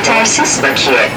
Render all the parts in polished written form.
Yetersiz bakiye.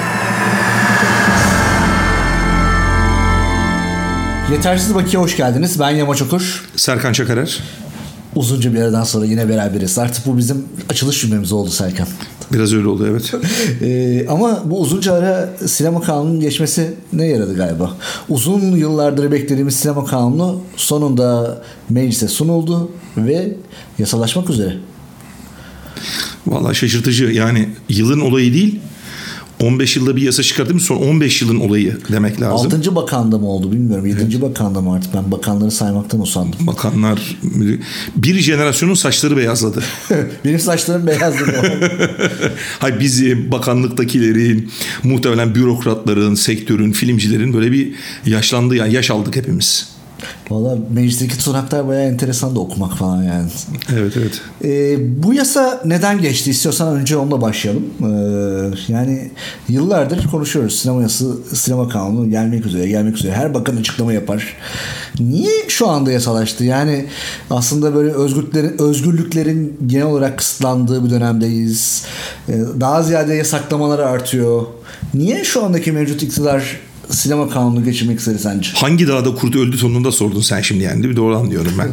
Yetersiz Bakiye hoş geldiniz. Ben Yamaç Okur. Serkan Çakarer. Uzunca bir aradan sonra yine beraberiz. Artık bu bizim açılış cümlemiz oldu Serkan. Biraz öyle oldu, evet. Ama bu uzunca ara sinema kanunun geçmesi ne yaradı galiba? Uzun yıllardır beklediğimiz sinema kanunu sonunda meclise sunuldu ve yasalaşmak üzere. Vallahi şaşırtıcı. Yani yılın olayı değil, 15 yılda bir yasa çıkardı mı, son 15 yılın olayı demek lazım. 6. bakanda mı oldu bilmiyorum. 7. Evet. Bakanda mı artık? Ben bakanları saymaktan usandım. Bakanlar, bir jenerasyonun saçları beyazladı. Benim saçlarım beyazladı. Hayır, bizim bakanlıktakilerin, muhtemelen bürokratların, sektörün, filmcilerin böyle bir yaşlandı, yani yaş aldık hepimiz. Valla meclisteki tutanaklar bayağı enteresan da okumak falan yani. Evet, evet. Bu yasa neden geçti? İstiyorsan önce onunla başlayalım. Yani yıllardır konuşuyoruz. Sinema yasası, sinema kanunu gelmek üzere. Her bakan açıklama yapar. Niye şu anda yasalaştı? Yani aslında böyle özgürlüklerin genel olarak kısıtlandığı bir dönemdeyiz. Daha ziyade yasaklamalar artıyor. Niye şu andaki mevcut iktidar sinema kanunu geçirmek istedi sence? Hangi dağda kurt öldü tonunda sordun sen şimdi yani, değil mi? Doğru anlıyorum ben.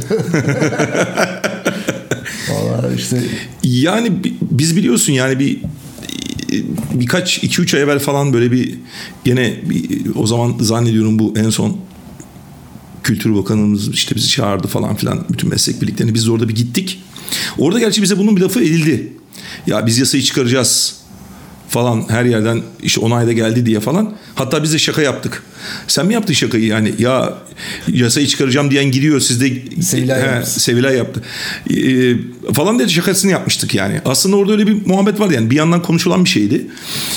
Vallahi işte. Yani biz biliyorsun yani birkaç 2-3 ay evvel falan böyle o zaman zannediyorum bu en son Kültür Bakanımız işte bizi çağırdı falan filan, bütün meslek birliklerini, biz de orada bir gittik. Orada gerçi bize bunun bir lafı edildi. Ya biz yasayı çıkaracağız falan, her yerden işte onayda geldi diye falan. Hatta biz de şaka yaptık. Sen mi yaptın şakayı yani? Ya yasayı çıkaracağım diyen gidiyor, siz de Sevilay yaptı. Falan dedi, şakasını yapmıştık yani. Aslında orada öyle bir muhabbet vardı yani. Bir yandan konuşulan bir şeydi.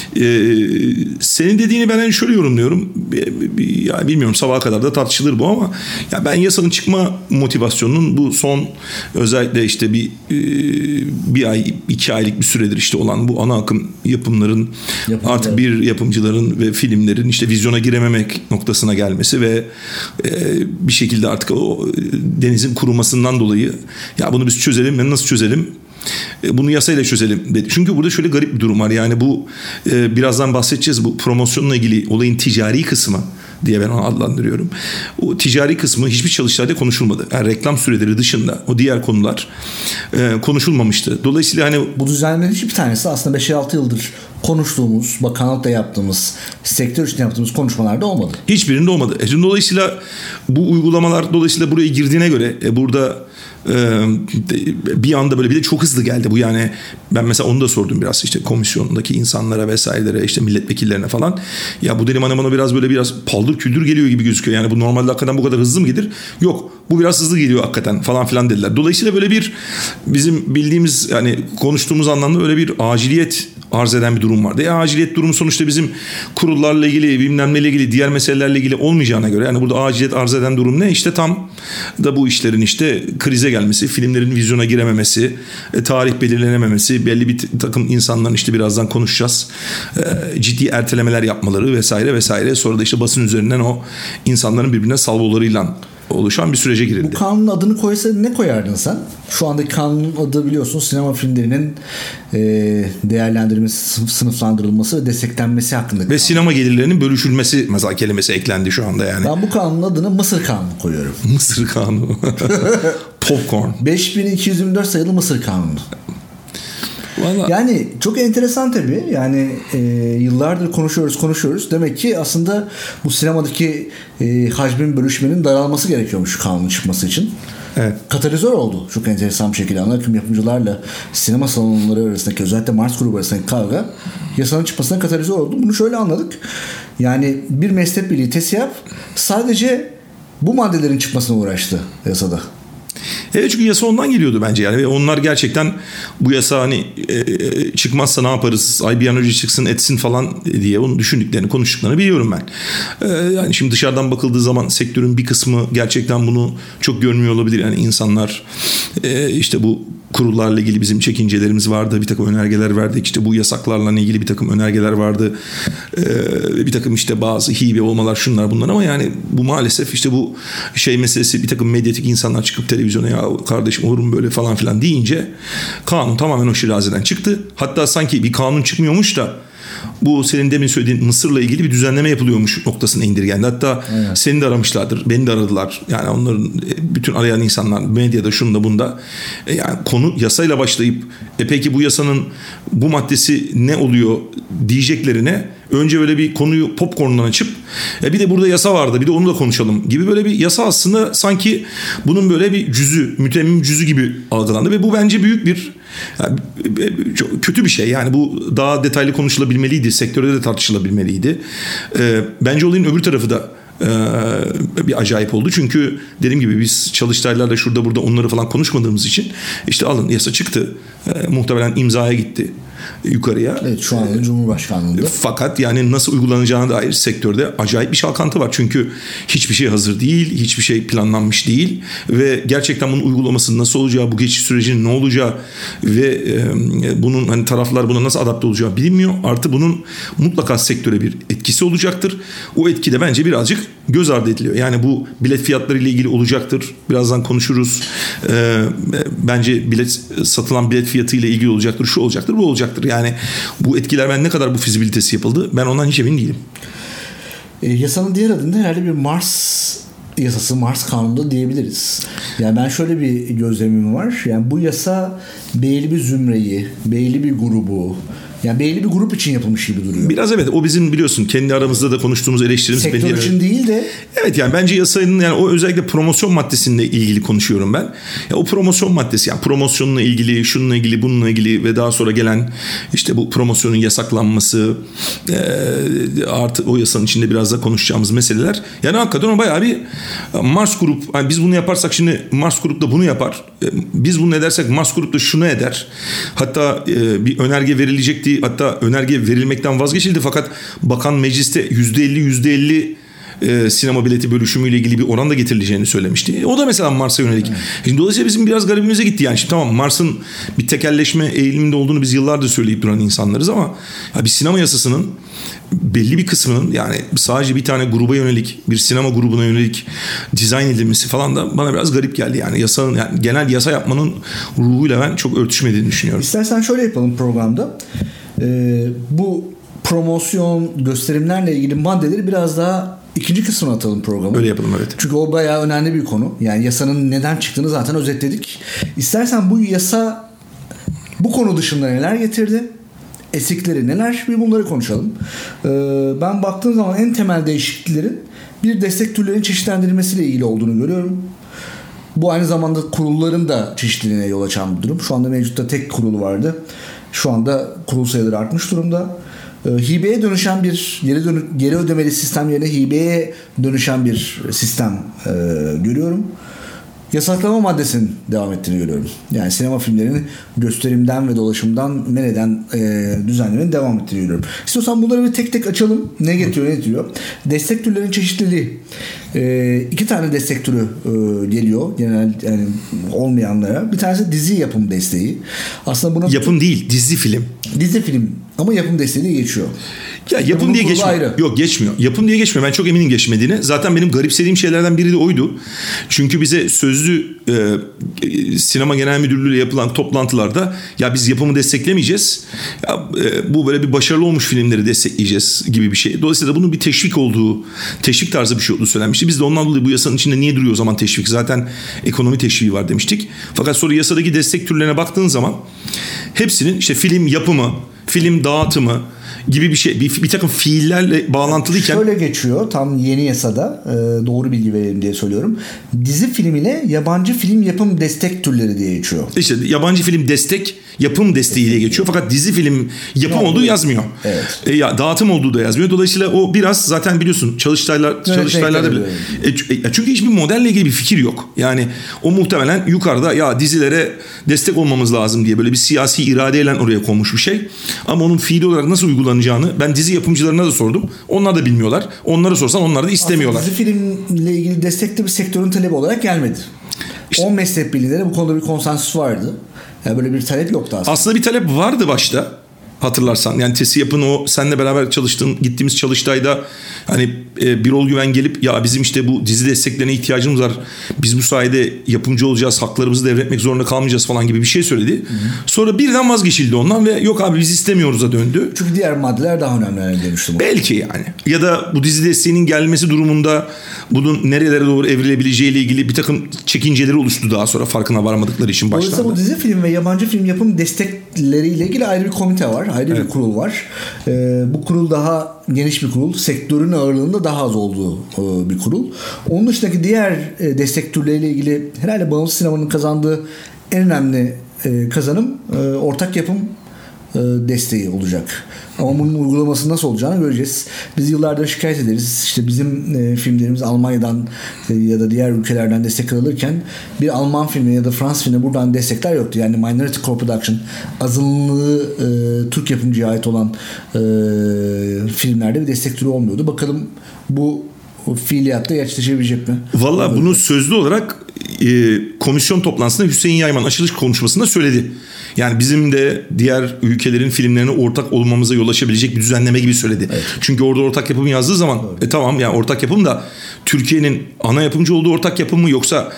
Senin dediğini ben şöyle yorumluyorum. Ya bilmiyorum, sabaha kadar da tartışılır bu ama ya ben yasanın çıkma motivasyonunun bu son özellikle işte bir ay 2 aylık bir süredir işte olan bu ana akım yapımların artık bir yapımcıların ve filmlerin işte vizyona girememek noktasına gelmesi ve bir şekilde artık o denizin kurumasından dolayı ya bunu biz çözelim ve nasıl çözelim? Bunu yasayla çözelim dedi. Çünkü burada şöyle garip bir durum var. Yani bu birazdan bahsedeceğiz, bu promosyonla ilgili olayın ticari kısmı diye ben onu adlandırıyorum. O ticari kısmı hiçbir çalıştayda konuşulmadı. Yani reklam süreleri dışında o diğer konular konuşulmamıştı. Dolayısıyla hani bu düzenlemenin hiçbir tanesi aslında 5-6 yıldır konuştuğumuz, bakanlıkla yaptığımız, sektör için yaptığımız konuşmalarda olmadı. Hiçbirinde olmadı. Dolayısıyla bu uygulamalar dolayısıyla buraya girdiğine göre burada bir anda böyle bir de çok hızlı geldi bu. Yani ben mesela onu da sordum biraz işte komisyondaki insanlara vesairelere, işte milletvekillerine falan. Ya bu dedim hani bana biraz paldır küldür geliyor gibi gözüküyor. Yani bu normalde hakikaten bu kadar hızlı mı gelir? Yok, bu biraz hızlı geliyor hakikaten falan filan dediler. Dolayısıyla böyle bir bizim bildiğimiz yani konuştuğumuz anlamda öyle bir aciliyet arz eden bir durum vardı. Aciliyet durumu sonuçta bizim kurullarla ilgili, bilmem neyle ilgili, diğer meselelerle ilgili olmayacağına göre yani burada aciliyet arz eden durum ne? İşte tam da bu işlerin işte krize gelmesi, filmlerin vizyona girememesi, tarih belirlenememesi, belli bir takım insanların işte birazdan konuşacağız, ciddi ertelemeler yapmaları vesaire vesaire. Sonra da işte basın üzerinden o insanların birbirine salvolarıyla oluşan bir sürece girildi. Bu kanunun adını koysa ne koyardın sen? Şu andaki kanunun adı biliyorsun sinema filmlerinin değerlendirilmesi, sınıflandırılması ve desteklenmesi hakkında. Ve sinema gelirlerinin bölüşülmesi mesela kelimesi eklendi şu anda yani. Ben bu kanunun adını Mısır Kanunu koyuyorum. Mısır Kanunu. Popcorn. 5224 sayılı Mısır Kanunu. Vallahi. Yani çok enteresan tabii. Yani yıllardır konuşuyoruz. Demek ki aslında bu sinemadaki hacmin bölüşmenin daralması gerekiyormuş kanunun çıkması için. Evet. Katalizör oldu çok enteresan bir şekilde. Ana akım yapımcılarla sinema salonları arasındaki, özellikle Mars grubu arasındaki kavga yasanın çıkmasına katalizör oldu. Bunu şöyle anladık. Yani bir meslek birliği TESİAD sadece bu maddelerin çıkmasına uğraştı yasada. Evet, çünkü yasa ondan geliyordu bence yani. Ve onlar gerçekten bu yasa hani çıkmazsa ne yaparız? Ay bir an önce çıksın etsin falan diye onu düşündüklerini, konuştuklarını biliyorum ben. Yani şimdi dışarıdan bakıldığı zaman sektörün bir kısmı gerçekten bunu çok görmüyor olabilir. Yani insanlar işte bu kurullarla ilgili bizim çekincelerimiz vardı. Bir takım önergeler verdik. İşte bu yasaklarla ilgili bir takım önergeler vardı. Bir takım işte bazı hibe olmalar, şunlar bunlar, ama yani bu maalesef işte bu şey meselesi, bir takım medyatik insanlar çıkıp televizyona ya kardeşim olur mu böyle falan filan deyince kanun tamamen o şirazeden çıktı. Hatta sanki bir kanun çıkmıyormuş da bu senin demin söylediğin Mısır'la ilgili bir düzenleme yapılıyormuş noktasına indirgendi. Hatta evet, seni de aramışlardır, beni de aradılar. Yani onların bütün arayan insanlar medyada, şunda bunda, yani konu yasayla başlayıp peki bu yasanın bu maddesi ne oluyor diyeceklerine önce böyle bir konuyu popcorn'dan açıp bir de burada yasa vardı, bir de onu da konuşalım gibi böyle bir yasa aslında sanki bunun böyle bir cüzü, mütemmim cüzü gibi algılandı ve bu bence büyük bir, yani çok kötü bir şey. Yani bu daha detaylı konuşulabilmeliydi, sektörde de tartışılabilmeliydi. Bence olayın öbür tarafı da bir acayip oldu. Çünkü dediğim gibi biz Çalıştaylarla şurada burada onları falan konuşmadığımız için işte alın yasa çıktı. Muhtemelen imzaya gitti yukarıya. Evet, şu anda Cumhurbaşkanlığında. Fakat yani nasıl uygulanacağına dair sektörde acayip bir çalkantı var. Çünkü hiçbir şey hazır değil, hiçbir şey planlanmış değil ve gerçekten bunun uygulaması nasıl olacağı, bu geçiş sürecinin ne olacağı ve bunun hani taraflar buna nasıl adapte olacağı bilinmiyor. Artı bunun mutlaka sektöre bir etkisi olacaktır. O etki de bence birazcık göz ardı ediliyor. Yani bu bilet fiyatları ile ilgili olacaktır. Birazdan konuşuruz. Bence satılan bilet fiyatı ile ilgili olacaktır. Şu olacaktır, bu olacaktır. Yani bu etkiler, ben ne kadar bu fizibilitesi yapıldı, ben ondan hiç emin değilim. Yasanın diğer adında herhalde bir Mars yasası, Mars kanunu da diyebiliriz. Yani ben şöyle bir gözlemim var. Yani bu yasa belli bir zümreyi, belli bir grubu, yani belli bir grup için yapılmış gibi duruyor. Biraz evet, o bizim biliyorsun kendi aramızda da konuştuğumuz eleştirimiz. Sektör için değil de. Evet, yani bence yasanın, yani o özellikle promosyon maddesiyle ilgili konuşuyorum ben. Ya o promosyon maddesi, yani promosyonla ilgili, şununla ilgili, bununla ilgili ve daha sonra gelen işte bu promosyonun yasaklanması, artı o yasanın içinde biraz da konuşacağımız meseleler. Yani hakikaten o bayağı bir Mars grup, yani biz bunu yaparsak şimdi Mars grup da bunu yapar. Biz bunu edersek Mars grup da şunu eder. Hatta bir önerge verilecekti. Hatta önerge verilmekten vazgeçildi, fakat bakan mecliste %50 sinema bileti bölüşümüyle ilgili bir oran da getirileceğini söylemişti. O da mesela Mars'a yönelik. Şimdi dolayısıyla bizim biraz garibimize gitti yani. Şimdi tamam, Mars'ın bir tekelleşme eğiliminde olduğunu biz yıllardır söyleyip duran insanlarız ama ya bir sinema yasasının belli bir kısmının, yani sadece bir tane gruba yönelik, bir sinema grubuna yönelik dizayn edilmesi falan da bana biraz garip geldi. Yani yasanın, yani genel yasa yapmanın ruhuyla ben çok örtüşmediğini düşünüyorum. İstersen şöyle yapalım programda. Bu promosyon, gösterimlerle ilgili maddeleri biraz daha ikinci kısmına atalım programı. Öyle yapalım, evet. Çünkü o bayağı önemli bir konu. Yani yasanın neden çıktığını zaten özetledik. İstersen bu yasa bu konu dışında neler getirdi? Eksikleri neler? Bir bunları konuşalım. Ben baktığım zaman en temel değişikliklerin bir destek türlerinin çeşitlendirilmesiyle ilgili olduğunu görüyorum. Bu aynı zamanda kurulların da çeşitliliğine yol açan bir durum. Şu anda mevcutta tek kurulu vardı. Şu anda kurul sayıları artmış durumda. Hibeye dönüşen bir geri ödemeli sistem yerine hibeye dönüşen bir sistem görüyorum. Yasaklama maddesinin devam ettiğini görüyorum. Yani sinema filmlerinin gösterimden ve dolaşımdan men eden düzenlemenin devam ettiğini görüyorum. İstiyorsan bunları bir tek tek açalım. Ne getiriyor, ne getiriyor? Destek türlerinin çeşitliliği. 2 tane destek türü geliyor. Genel yani olmayanlara. Bir tanesi dizi yapım desteği. Aslında buna yapım değil, dizi film. Dizi film ama yapım desteği diye geçiyor. Ya yapım diye geçmiyor. Ayrı. Yok, geçmiyor. Yapım diye geçmiyor. Ben çok eminim geçmediğine. Zaten benim garipsediğim şeylerden biri de oydu. Çünkü bize sözlü sinema genel müdürlüğü ile yapılan toplantılarda ya biz yapımı desteklemeyeceğiz. Ya, bu böyle bir başarılı olmuş filmleri destekleyeceğiz gibi bir şey. Dolayısıyla bunun bir teşvik tarzı bir şey olduğu söylenmişti. Biz de ondan dolayı bu yasanın içinde niye duruyor o zaman teşvik? Zaten ekonomi teşviği var demiştik. Fakat sonra yasadaki destek türlerine baktığın zaman hepsinin işte film yapımı, film dağıtımı gibi bir şey, bir takım fiillerle bağlantılıyken... Şöyle geçiyor tam yeni yasada, doğru bilgi verelim diye söylüyorum. Dizi film ile yabancı film yapım destek türleri diye geçiyor. İşte yabancı film destek, yapım desteği diye geçiyor. Fakat dizi film yapım olduğu yazmıyor. Evet. Dağıtım olduğu da yazmıyor. Dolayısıyla o biraz zaten biliyorsun Çalıştaylarda bile... çünkü hiçbir modelle ilgili bir fikir yok. Yani o muhtemelen yukarıda ya dizilere destek olmamız lazım diye böyle bir siyasi iradeyle oraya konmuş bir şey. Ama onun fiili olarak nasıl uygulanacağını ben dizi yapımcılarına da sordum. Onlar da bilmiyorlar. Onlara sorsan onlar da istemiyorlar. Aslında dizi filmle ilgili destek de bir sektörün talebi olarak gelmedi. İşte, 10 meslek birliğinde bu konuda bir konsensüs vardı. Yani böyle bir talep yoktu aslında. Aslında bir talep vardı başta. Hatırlarsan yani TESİAP'ın o seninle beraber gittiğimiz çalıştayda hani Birol Güven gelip ya bizim işte bu dizi desteklerine ihtiyacımız var. Biz bu sayede yapımcı olacağız, haklarımızı devretmek zorunda kalmayacağız falan gibi bir şey söyledi. Hı-hı. Sonra birden vazgeçildi ondan ve yok abi biz istemiyoruz'a döndü. Çünkü diğer maddeler daha önemli demiştim. Belki yani. Ya da bu dizi desteğinin gelmesi durumunda bunun nerelere doğru evrilebileceğiyle ilgili bir takım çekinceleri oluştu daha sonra farkına varmadıkları için başlarda. Dolayısıyla bu dizi film ve yabancı film yapım destekleriyle ilgili ayrı bir komite var. Ayrı bir kurul var. Bu kurul daha geniş bir kurul. Sektörün ağırlığında daha az olduğu bir kurul. Onun dışındaki diğer destek türleriyle ilgili herhalde bağımsız sinemanın kazandığı en önemli kazanım ortak yapım desteği olacak. Ama bunun uygulaması nasıl olacağını göreceğiz. Biz yıllardır şikayet ederiz. İşte bizim filmlerimiz Almanya'dan ya da diğer ülkelerden destek alırken bir Alman filmi ya da Fransız filmi buradan destekler yoktu. Yani Minority Co-Production azınlığı Türk yapımcıya ait olan filmlerde bir destek türü olmuyordu. Bakalım bu fiiliyatta gerçekleşebilecek mi? Valla bunu sözlü olarak komisyon toplantısında Hüseyin Yayman açılış konuşmasında söyledi. Yani bizim de diğer ülkelerin filmlerine ortak olmamıza yol açabilecek bir düzenleme gibi söyledi. Evet. Çünkü orada ortak yapım yazdığı zaman tamam yani ortak yapım da Türkiye'nin ana yapımcı olduğu ortak yapım mı yoksa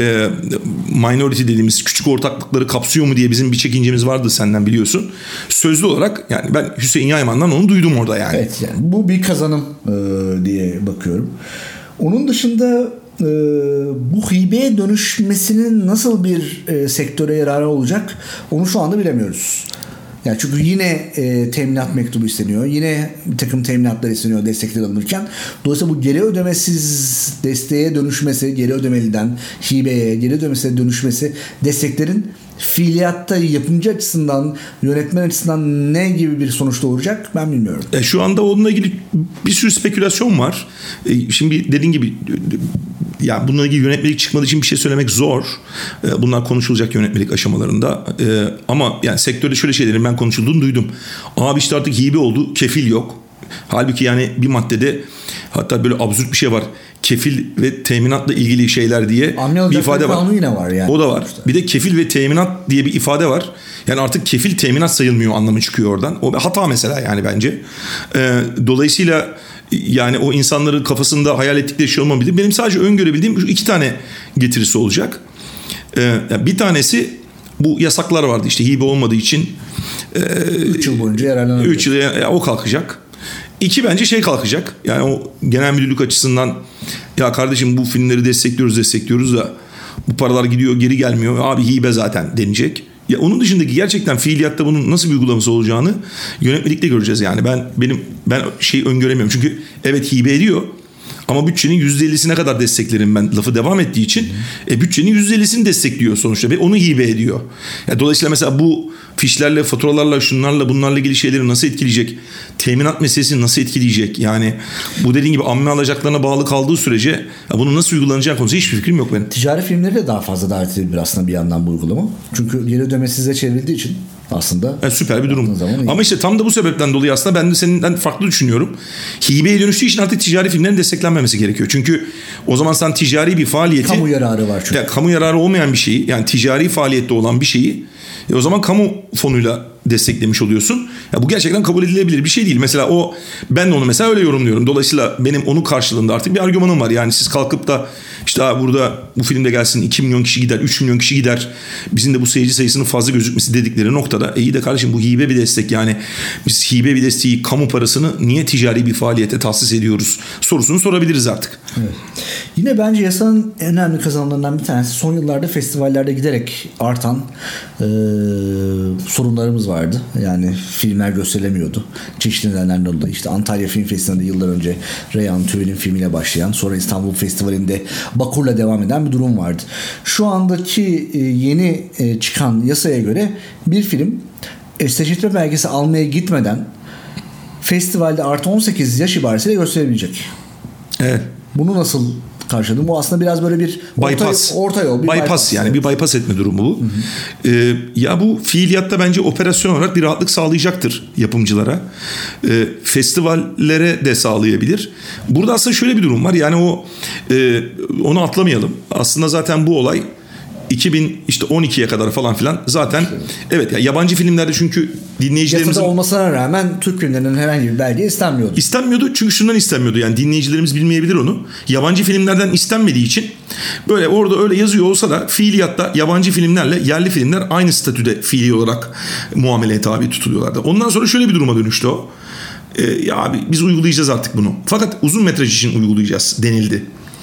minority dediğimiz küçük ortaklıkları kapsıyor mu diye bizim bir çekincemiz vardı senden biliyorsun. Sözlü olarak yani ben Hüseyin Yayman'dan onu duydum orada yani. Evet yani bu bir kazanım diye bakıyorum. Onun dışında bu hibeye dönüşmesinin nasıl bir sektöre yararı olacak onu şu anda bilemiyoruz. Yani çünkü yine teminat mektubu isteniyor. Yine bir takım teminatlar isteniyor destekler alınırken. Dolayısıyla bu geri ödemesiz desteğe dönüşmesi, geri ödemeliden hibeye, geri ödemesize dönüşmesi desteklerin fiiliyatta yapımcı açısından, yönetmen açısından ne gibi bir sonuç doğuracak ben bilmiyorum. Şu anda onunla ilgili bir sürü spekülasyon var. Şimdi dediğin gibi yani bununla ilgili yönetmelik çıkmadığı için bir şey söylemek zor. Bunlar konuşulacak yönetmelik aşamalarında. Ama yani sektörde şöyle şeylerin ben konuşulduğunu duydum. Abi işte artık hibe oldu, kefil yok. Halbuki yani bir maddede hatta böyle absürt bir şey var. Kefil ve teminatla ilgili şeyler diye bir ifade var. Yine var yani. O da var. Bir de kefil ve teminat diye bir ifade var. Yani artık kefil teminat sayılmıyor anlamı çıkıyor oradan. O bir hata mesela yani bence. Dolayısıyla yani o insanların kafasında hayal ettikleri şey olmayabilir. Benim sadece öngörebildiğim iki tane getirisi olacak. Bir tanesi bu yasaklar vardı işte hibe olmadığı için 3 yıl boyunca yararlanabilir. 3 yıl o kalkacak. 2 bence şey kalkacak. Yani o genel müdürlük açısından ya kardeşim bu filmleri destekliyoruz da bu paralar gidiyor geri gelmiyor. Abi hibe zaten denecek. Ya onun dışındaki gerçekten fiiliyatta bunun nasıl bir uygulaması olacağını yönetmelikte göreceğiz yani. Ben şey öngöremiyorum. Çünkü evet hibe ediyor ama bütçenin %50'sine kadar desteklerim ben lafı devam ettiği için. Bütçenin %50'sini destekliyor sonuçta ve onu hibe ediyor. Ya dolayısıyla mesela bu fişlerle, faturalarla, şunlarla bunlarla ilgili şeyleri nasıl etkileyecek? Teminat meselesini nasıl etkileyecek? Yani bu dediğin gibi amme alacaklarına bağlı kaldığı sürece ya bunun nasıl uygulanacağı konusunda hiçbir fikrim yok benim. Ticari filmleri de daha fazla davet edilir aslında bir yandan bu uygulama. Çünkü geri ödemesize çevrildiği için aslında süper bir durum. Ama işte tam da bu sebepten dolayı aslında ben de senden farklı düşünüyorum. Hibeye dönüştüğü için artık ticari filmlerin desteklenmemesi gerekiyor. Çünkü o zaman sen ticari bir faaliyeti... Kamu yararı var çünkü. Yani kamu yararı olmayan bir şeyi yani ticari faaliyette olan bir şeyi o zaman kamu fonuyla desteklemiş oluyorsun. Ya bu gerçekten kabul edilebilir bir şey değil. Mesela ben de onu mesela öyle yorumluyorum. Dolayısıyla benim onun karşılığında artık bir argümanım var. Yani siz kalkıp da işte burada bu filmde gelsin 2 milyon kişi gider, 3 milyon kişi gider. Bizim de bu seyirci sayısının fazla gözükmesi dedikleri noktada iyi de kardeşim bu hibe bir destek. Yani biz hibe bir desteği, kamu parasını niye ticari bir faaliyete tahsis ediyoruz sorusunu sorabiliriz artık. Evet. Yine bence yasanın en önemli kazanımlarından bir tanesi son yıllarda festivallerde giderek artan sorunlarımız vardı. Yani filmler gösterilemiyordu. Çeşitli nedenlerden dolayı. İşte Antalya Film Festivali'nde yıllar önce Reyhan Tüvel'in filmiyle başlayan, sonra İstanbul Festivali'nde Bakur'la devam eden bir durum vardı. Şu andaki yeni çıkan yasaya göre bir film seçilme belgesi almaya gitmeden festivalde artı 18 yaş ibaresiyle gösterebilecek. Evet. Bunu nasıl karşıladım? Bu aslında biraz böyle bir orta yol. Bir bypass yani bir bypass etme durumu bu. Ya bu fiiliyatta bence operasyon olarak bir rahatlık sağlayacaktır yapımcılara. Festivallere de sağlayabilir. Burada aslında şöyle bir durum var. Yani onu atlamayalım. Aslında zaten bu olay 2012'ye kadar falan filan zaten evet ya, yabancı filmlerde çünkü dinleyicilerimizin yasada olmasına rağmen Türk filmlerinin herhangi bir belge istenmiyordu. İstenmiyordu çünkü şundan istenmiyordu, yani dinleyicilerimiz bilmeyebilir onu. Yabancı filmlerden istenmediği için böyle orada öyle yazıyor olsa da fiiliyatta yabancı filmlerle yerli filmler aynı statüde fiili olarak muameleye tabi tutuluyorlardı. Ondan sonra şöyle bir duruma dönüştü o. Ya abi biz uygulayacağız artık bunu. Fakat uzun metraj için uygulayacağız denildi.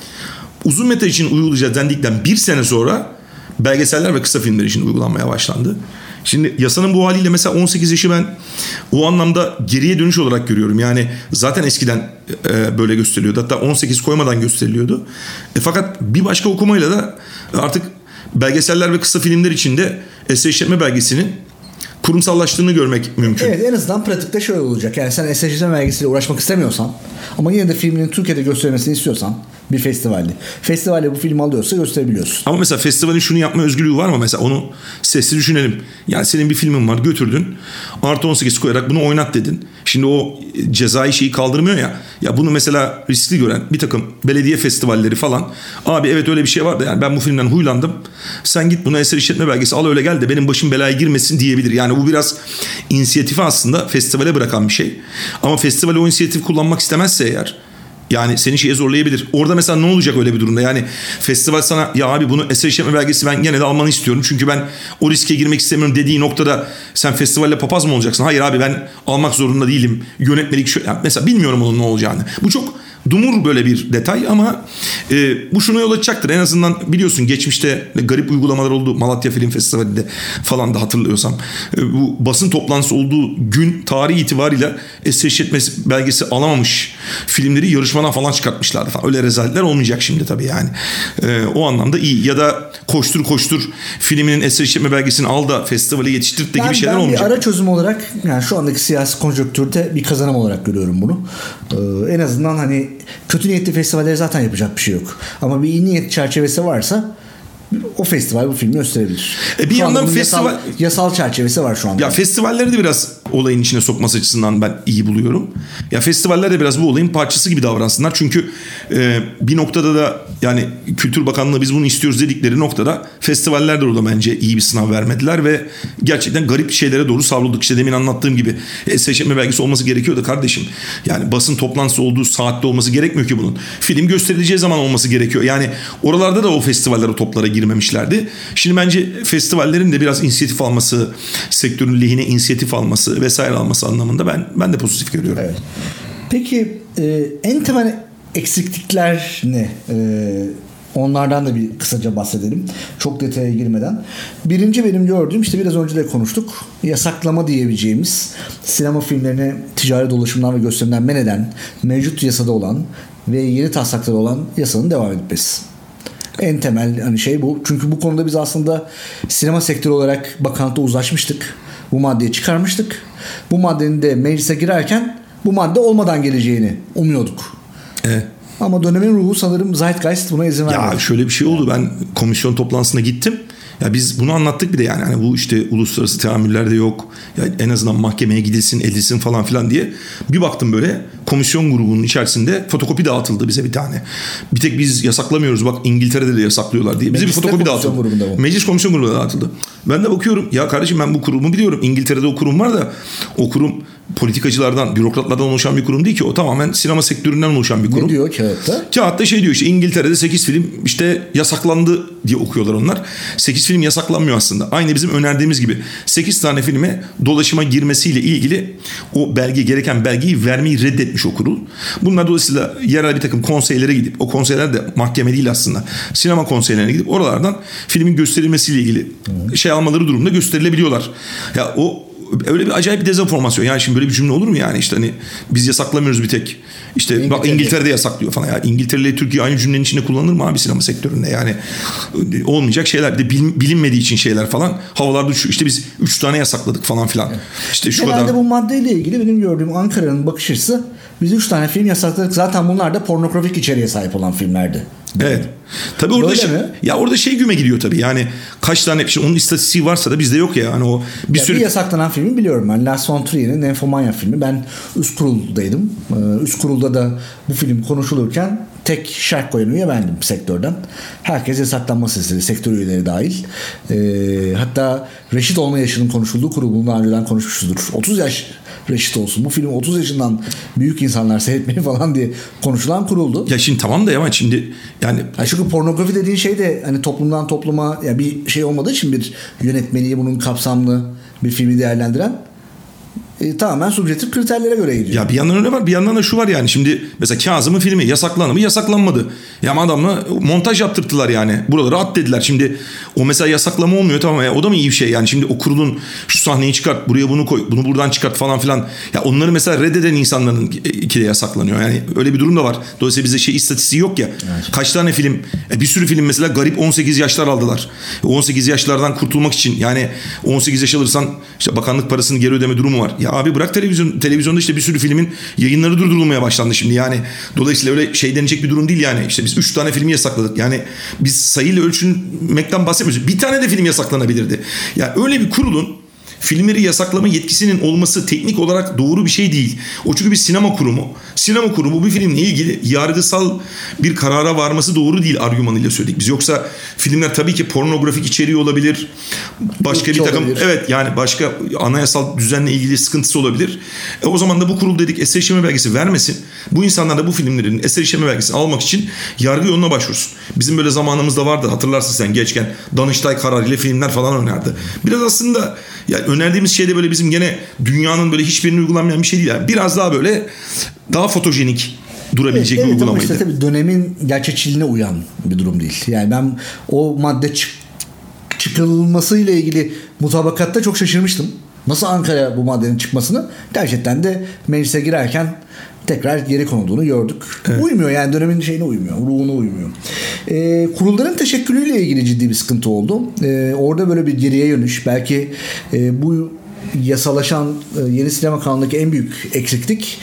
Uzun metraj için uygulayacağız dendikten bir sene sonra belgeseller ve kısa filmler için uygulanmaya başlandı. Şimdi yasanın bu haliyle mesela 18 yaşı ben o anlamda geriye dönüş olarak görüyorum. Yani zaten eskiden böyle gösteriliyordu. Hatta 18 koymadan gösteriliyordu. Fakat bir başka okumayla da artık belgeseller ve kısa filmler için de eser işletme belgesinin kurumsallaştığını görmek mümkün. Evet, en azından pratikte şöyle olacak. Yani sen eser işletme belgesiyle uğraşmak istemiyorsan ama yine de filminin Türkiye'de gösterilmesini istiyorsan bir festivalde bu filmi alıyorsa gösterebiliyorsun. Ama mesela festivalin şunu yapma özgürlüğü var mı? Mesela onu sesli düşünelim. Yani senin bir filmin var, götürdün. Artı 18 koyarak bunu oynat dedin. Şimdi o cezai şeyi kaldırmıyor ya. Ya bunu mesela riskli gören bir takım belediye festivalleri falan. Abi evet öyle bir şey var da yani ben bu filmden huylandım. Sen git buna eser işletme belgesi al öyle gel de benim başım belaya girmesin diyebilir. Yani bu biraz inisiyatifi aslında festivale bırakan bir şey. Ama festival o inisiyatifi kullanmak istemezse eğer, yani seni şeye zorlayabilir. Orada mesela ne olacak öyle bir durumda? Yani festival sana ya abi bunu eser işletme belgesi ben gene de almanı istiyorum. Çünkü ben o riske girmek istemiyorum dediği noktada sen festivalle papaz mı olacaksın? Hayır abi ben almak zorunda değilim. Yönetmelik şu. Yani mesela bilmiyorum onun ne olacağını. Bu çok dumur böyle bir detay ama bu şuna yol açacaktır. En azından biliyorsun geçmişte garip uygulamalar oldu. Malatya Film Festivali'nde falan da hatırlıyorsam. Bu basın toplantısı olduğu gün tarih itibariyle eser işletme belgesi alamamış filmleri yarışmadan falan çıkartmışlardı falan. Öyle rezaletler olmayacak şimdi tabii yani. O anlamda iyi. Ya da koştur filminin eser işletme belgesini al da festivale yetiştir de gibi şeyler olmayacak. Ben bir ara çözüm olarak yani şu andaki siyasi konjonktürde bir kazanım olarak görüyorum bunu. En azından hani kötü niyetli festivallere zaten yapacak bir şey yok. Ama bir iyi niyet çerçevesi varsa o festival bu filmi gösterebilir. Bir yandan festival yasal çerçevesi var şu anda. Ya festivalleri de biraz olayın içine sokması açısından ben iyi buluyorum. Ya festivaller de biraz bu olayın parçası gibi davransınlar. Çünkü bir noktada da yani Kültür Bakanlığı biz bunu istiyoruz dedikleri noktada festivaller de orada bence iyi bir sınav vermediler ve gerçekten garip şeylere doğru savruldık. İşte demin anlattığım gibi eser işletme belgesi olması gerekiyor da kardeşim. Yani basın toplantısı olduğu saatte olması gerekmiyor ki bunun. Film gösterileceği zaman olması gerekiyor. Yani oralarda da o festivaller o toplara girmemişlerdi. Şimdi bence festivallerin de biraz inisiyatif alması, sektörün lehine inisiyatif alması vesaire alması anlamında ben de pozitif görüyorum. Evet. Peki en temel eksiklikler ne? Onlardan da bir kısaca bahsedelim. Çok detaya girmeden. Birinci benim gördüğüm işte biraz önce de konuştuk. Yasaklama diyebileceğimiz sinema filmlerini ticari dolaşımdan ve gösterimden men eden mevcut yasada olan ve yeni taslakta olan yasanın devam etmesi. En temel hani şey bu. Çünkü bu konuda biz aslında sinema sektörü olarak bakanlıkta uzlaşmıştık. Bu maddeyi çıkarmıştık. Bu maddenin de meclise girerken bu madde olmadan geleceğini umuyorduk. Evet. Ama dönemin ruhu sanırım Zeitgeist buna izin vermedi. Ya şöyle bir şey oldu. Ben komisyon toplantısına gittim. Ya biz bunu anlattık bir de yani. Hani bu işte uluslararası teamüllerde yok. Ya en azından mahkemeye gidilsin, edilsin falan filan diye. Bir baktım böyle komisyon grubunun içerisinde fotokopi dağıtıldı bize bir tane. Bir tek biz yasaklamıyoruz bak İngiltere'de de yasaklıyorlar diye. Bize bir fotokopi dağıtıldı. Meclis komisyon grubunda dağıtıldı. Ben de bakıyorum ya kardeşim ben bu kurumu biliyorum. İngiltere'de o kurum var da o kurum politikacılardan, bürokratlardan oluşan bir kurum değil ki. O tamamen sinema sektöründen oluşan bir kurum. Ne diyor kağıtta? Kağıtta şey diyor işte İngiltere'de 8 film işte yasaklandı diye okuyorlar onlar. 8 film yasaklanmıyor aslında. Aynı bizim önerdiğimiz gibi 8 tane filme dolaşıma girmesiyle ilgili o gereken belgeyi vermeyi reddetmiş o kurul. Bunlar dolayısıyla yerel bir takım konseylere gidip o konseyler de mahkeme değil aslında. Sinema konseylerine gidip oralardan filmin gösterilmesiyle ilgili şey almaları durumunda gösterilebiliyorlar. Ya o öyle bir acayip bir dezenformasyon. Yani şimdi böyle bir cümle olur mu yani işte hani biz yasaklamıyoruz bir tek. İşte bak İngiltere'de yasaklıyor falan. Yani İngiltere ile Türkiye aynı cümlenin içinde kullanılır mı abi sinema sektöründe? Yani olmayacak şeyler. Bir de bilinmediği için şeyler falan. Havalarda işte biz 3 tane yasakladık falan filan. Evet. İşte şu genelde kadar. bu maddeyle ilgili benim gördüğüm Ankara'nın bakış açısı biz 3 tane film yasakladık. Zaten bunlar da pornografik içeriğe sahip olan filmlerdi. Evet. Tabii orada orada şey güme gidiyor tabii. Yani kaç tane şimdi onun istatistiği varsa da bizde yok ya. Yani o bir sürü bir yasaklanan filmi biliyorum ben. Lars von Trier'in Nymphomania filmi. Ben üst kuruldaydım. Üst kurulda da bu film konuşulurken tek şark koyan üye bendim sektörden. Herkes yasaklanması istedi. Sektör üyeleri dahil. Hatta reşit olma yaşının konuşulduğu kurul bunu daha önceden konuşmuşuzdur. 30 yaş reşit olsun. Bu film 30 yaşından büyük insanlar seyretmeli falan diye konuşulan kuruldu. Ya şimdi tamam da ama şimdi yani çünkü pornografi dediğin şey de hani toplumdan topluma ya bir şey olmadığı için bir yönetmeliği bunun kapsamlı bir filmi değerlendiren tamamen subjektif kriterlere göre gidiyor. Ya bir yandan öyle var, bir yandan da şu var yani. Şimdi mesela Kazım'ın filmi yasaklandı mı? Yasaklanmadı. Ya adamla montaj yaptırttılar yani. Buraları at dediler. Şimdi o mesela yasaklama olmuyor, tamam ya. O da mı iyi bir şey yani? Şimdi o kurulun şu sahneyi çıkart, buraya bunu koy, bunu buradan çıkart falan filan. Ya onları mesela reddeden insanların iki de yasaklanıyor. Yani öyle bir durum da var. Dolayısıyla bizde istatistiği yok ya. Evet. Kaç tane film, bir sürü film mesela garip 18 yaşlar aldılar. 18 yaşlardan kurtulmak için yani 18 yaş alırsan işte bakanlık parasını geri ödeme durumu var. Ya abi bırak televizyonda işte bir sürü filmin yayınları durdurulmaya başlandı şimdi yani. Dolayısıyla öyle şey denecek bir durum değil yani. İşte biz 3 tane filmi yasakladık. Yani biz sayıyla ölçülmekten bahsetmiyoruz. Bir tane de film yasaklanabilirdi. Yani öyle bir kurulun filmleri yasaklama yetkisinin olması teknik olarak doğru bir şey değil. O çünkü bir sinema kurumu. Sinema kurumu bir filmle ilgili yargısal bir karara varması doğru değil argümanıyla söyledik biz. Yoksa filmler tabii ki pornografik içeriği olabilir. Başka bir takım olabilir. Evet yani başka anayasal düzenle ilgili sıkıntısı olabilir. O zaman da bu kurul dedik eser işleme belgesi vermesin. Bu insanlar da bu filmlerin eser işleme belgesini almak için yargı yoluna başvursun. Bizim böyle zamanımızda vardı, hatırlarsın sen gençken Danıştay kararıyla filmler falan oynardı. Biraz aslında yani önerdiğimiz şey de böyle bizim gene dünyanın böyle hiçbirini uygulanmayan bir şey değil. Yani biraz daha böyle daha fotojenik durabilecek bir uygulamaydı. Işte tabii dönemin gerçekçiliğine uyan bir durum değil. Yani ben o madde çıkılmasıyla ilgili mutabakatta çok şaşırmıştım. Nasıl Ankara bu maddenin çıkmasını? Gerçekten de meclise girerken tekrar geri konulduğunu gördük. Evet. Uymuyor yani dönemin şeyine uymuyor. Ruhuna uymuyor. Kurulların teşekkülüyle ilgili ciddi bir sıkıntı oldu. Orada böyle bir geriye dönüş. Belki bu yasalaşan yeni sinema kanunundaki en büyük eksiklik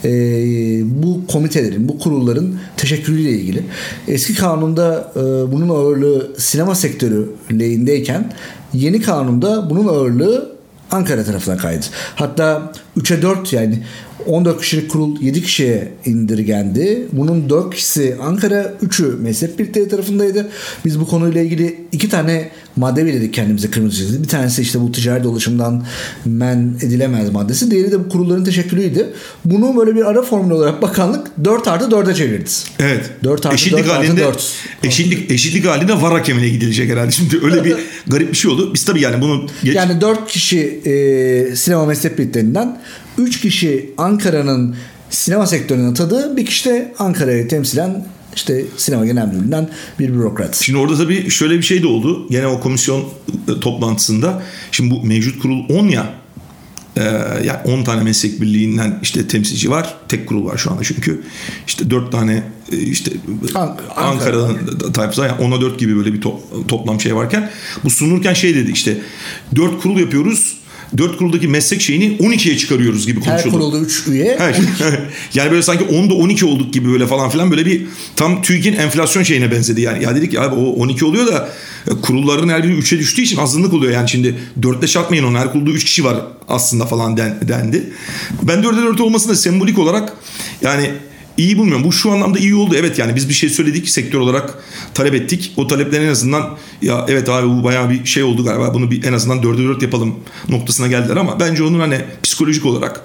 bu komitelerin, bu kurulların teşekkülüyle ilgili. Eski kanunda bunun ağırlığı sinema sektörü lehindeyken yeni kanunda bunun ağırlığı Ankara tarafına kaydı. Hatta 3'e 4 yani 14 kişilik kurul 7 kişiye indirgendi. Bunun 4 kişisi Ankara, 3'ü mezhep birlikleri tarafındaydı. Biz bu konuyla ilgili 2 tane madde belirledik kendimize kırmızı çizgi. Bir tanesi işte bu ticari dolaşımdan men edilemez maddesi. Diğeri de bu kurulların teşekkülüydü. Bunu böyle bir ara formül olarak bakanlık 4+4'e çevirdi. Evet. 4+4+4. Eşitlik halinde var hakemine gidilecek herhalde. Şimdi öyle bir garip bir şey oldu. Biz tabii yani bunu... Yani 4 kişi sinema mezhep birliklerinden, 3 kişi Ankara'nın sinema sektörüne atadığı, bir kişi de Ankara'yı temsilen işte sinema genel müdürlüğünden bir bürokrat. Şimdi orada tabii şöyle bir şey de oldu. Gene o komisyon toplantısında. Şimdi bu mevcut kurul 10 ya. Yani 10 tane meslek birliğinden işte temsilci var. Tek kurul var şu anda çünkü. İşte 4 tane işte Ankara'dan tayfası yani 10'a 4 gibi böyle bir toplam şey varken bu sunulurken şey dedi işte 4 kurul yapıyoruz. 4 kuruldaki meslek şeyini 12'ye çıkarıyoruz gibi konuşuldu. Her kurulda 3 üye. Yani böyle sanki 10'da 12 olduk gibi böyle falan filan böyle bir tam TÜİK'in enflasyon şeyine benzedi yani. Ya dedik ki abi o 12 oluyor da kurulların her biri 3'e düştüğü için azınlık oluyor. Yani şimdi 4'le çarpmayın onu, her kurulda 3 kişi var aslında falan dendi. Ben 4'e 4 olmasını da sembolik olarak yani İyi bulmuyorum. Bu şu anlamda iyi oldu. Evet yani biz bir şey söyledik, sektör olarak talep ettik. O taleplerin en azından ya evet abi bu bayağı bir şey oldu galiba. Bunu bir en azından 4'e 4 yapalım noktasına geldiler ama bence onun hani psikolojik olarak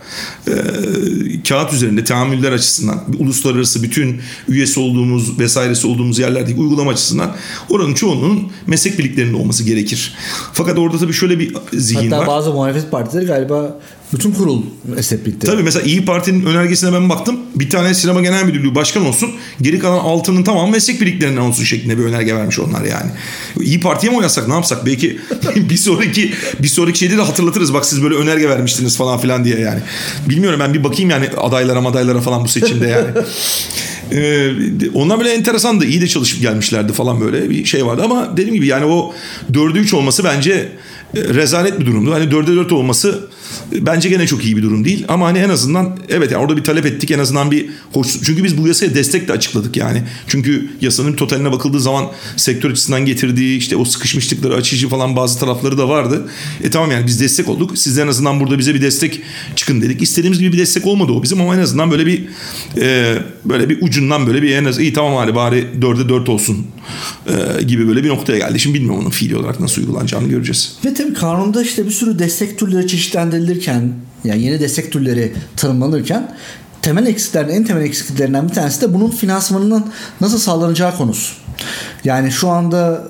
kağıt üzerinde tahammüller açısından uluslararası bütün üyesi olduğumuz vesairesi olduğumuz yerlerdeki uygulama açısından oranın çoğunluğunun meslek birliklerinde olması gerekir. Fakat orada tabii şöyle bir zihin var. Hatta bazı muhalefet partileri galiba bütün kurul meslek birlikleri. Tabii mesela İYİ Parti'nin önergesine ben baktım. Bir tane sinema genel müdürlüğü başkan olsun. Geri kalan 6'nın tamamı meslek birliklerinden olsun şeklinde bir önerge vermiş onlar yani. İYİ Parti'ye mi oynasak ne yapsak? Belki bir sonraki şeyde de hatırlatırız. Bak siz böyle önerge vermiştiniz falan filan diye yani. Bilmiyorum ben bir bakayım yani adaylara falan bu seçimde yani. Onlar böyle enteresandı. İyi de çalışıp gelmişlerdi falan böyle bir şey vardı ama dediğim gibi yani o 4'e 3 olması bence rezalet bir durumdu. Hani 4'e 4 olması Bence gene çok iyi bir durum değil ama hani en azından evet yani orada bir talep ettik, en azından bir hoş, çünkü biz bu yasaya destek de açıkladık yani. Çünkü yasanın totaline bakıldığı zaman sektör açısından getirdiği işte o sıkışmışlıkları açıcı falan bazı tarafları da vardı. Tamam yani biz destek olduk. Siz en azından burada bize bir destek çıkın dedik. İstediğimiz gibi bir destek olmadı o bizim ama en azından böyle bir ucundan böyle bir en az iyi tamam hadi bari 4'e 4 olsun gibi böyle bir noktaya geldi. Şimdi bilmiyorum onun fiili olarak nasıl uygulanacağını göreceğiz. Ve tabii kanunda işte bir sürü destek türleri çeşitlendirilirken, yani yeni destek türleri tanımlanırken en temel eksiklerinden bir tanesi de bunun finansmanının nasıl sağlanacağı konusu. Yani şu anda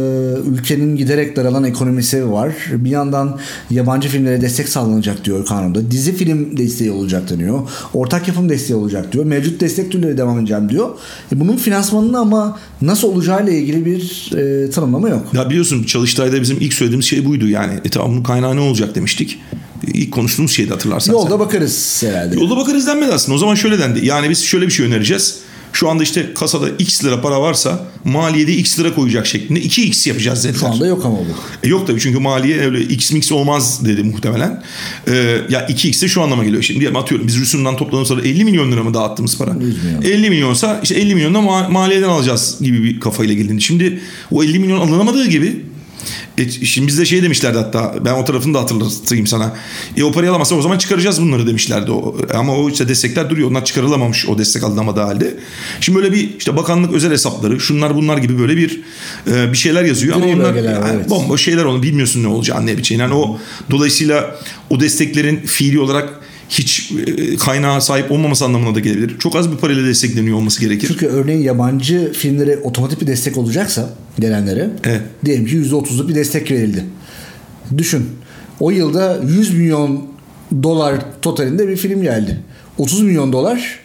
ülkenin giderek daralan ekonomisi var. Bir yandan yabancı filmlere destek sağlanacak diyor kanunda. Dizi film desteği olacak deniyor. Ortak yapım desteği olacak diyor. Mevcut destek türleri devam edeceğim diyor. Bunun finansmanının ama nasıl olacağıyla ilgili bir tanımlama yok. Ya biliyorsun Çalıştay'da bizim ilk söylediğimiz şey buydu yani. Tamam bunun kaynağı ne olacak demiştik. İlk konuştuğumuz şeydi hatırlarsan. Yolda bakarız herhalde. Yolda bakarız denmedi aslında. O zaman şöyle dendi. Yani biz şöyle bir şey önereceğiz. Şu anda işte kasada X lira para varsa maliyede X lira koyacak şeklinde 2X yapacağız dediler. Şu anda yok ama bu. Yok tabii çünkü maliye öyle X olmaz dedi muhtemelen. Ya 2X de şu anlama geliyor. Şimdi diyelim atıyorum biz Rüsum'dan topladığımız sonra 50 milyon lira mı dağıttığımız para? 50 milyonsa işte 50 milyonu da maliyeden alacağız gibi bir kafayla gelindi. Şimdi o 50 milyon alınamadığı gibi şimdi bizde şey demişlerdi hatta ben o tarafını da hatırlatayım sana. O parayı alamazsa o zaman çıkaracağız bunları demişlerdi. Ama o işte destekler duruyor. Onlar çıkarılamamış o destek alınamadığı halde. Şimdi böyle bir işte bakanlık özel hesapları şunlar bunlar gibi böyle bir şeyler yazıyor. Ama onlar yani bomboş şeyler onu bilmiyorsun ne olacağını ne biçim. Yani o dolayısıyla o desteklerin fiili olarak hiç kaynağa sahip olmaması anlamına da gelebilir. Çok az bir parayla destekleniyor olması gerekir. Çünkü örneğin yabancı filmlere otomatik bir destek olacaksa gelenlere diyelim ki %30'luk bir destek verildi. Düşün. O yılda 100 milyon dolar totalinde bir film geldi. 30 milyon dolar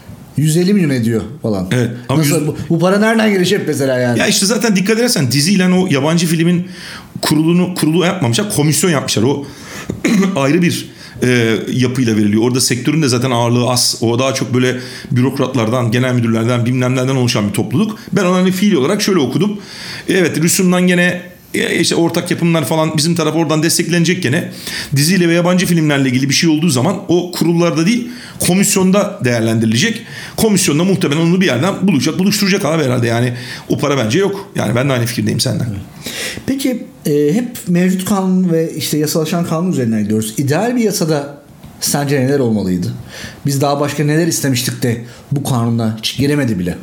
150 milyon ediyor falan. Evet. Ama nasıl, bu para nereden gelecek mesela yani? Ya işte zaten dikkat edersen diziyle o yabancı filmin kurulu yapmamışlar. Komisyon yapmışlar. O ayrı bir yapıyla veriliyor. Orada sektörün de zaten ağırlığı az. O daha çok böyle bürokratlardan, genel müdürlerden, bilmem nereden oluşan bir topluluk. Ben onları fiil olarak şöyle okudum. Evet Rüsum'dan gene işte ortak yapımlar falan bizim taraf oradan desteklenecek gene. Diziyle ve yabancı filmlerle ilgili bir şey olduğu zaman o kurullarda değil komisyonda değerlendirilecek. Komisyonda muhtemelen onu bir yerden buluşturacak abi herhalde. Yani o para bence yok. Yani ben de aynı fikirdeyim senden. Peki hep mevcut kanun ve işte yasalaşan kanun üzerinden gidiyoruz. İdeal bir yasada sence neler olmalıydı? Biz daha başka neler istemiştik de bu kanuna hiç giremedi bile?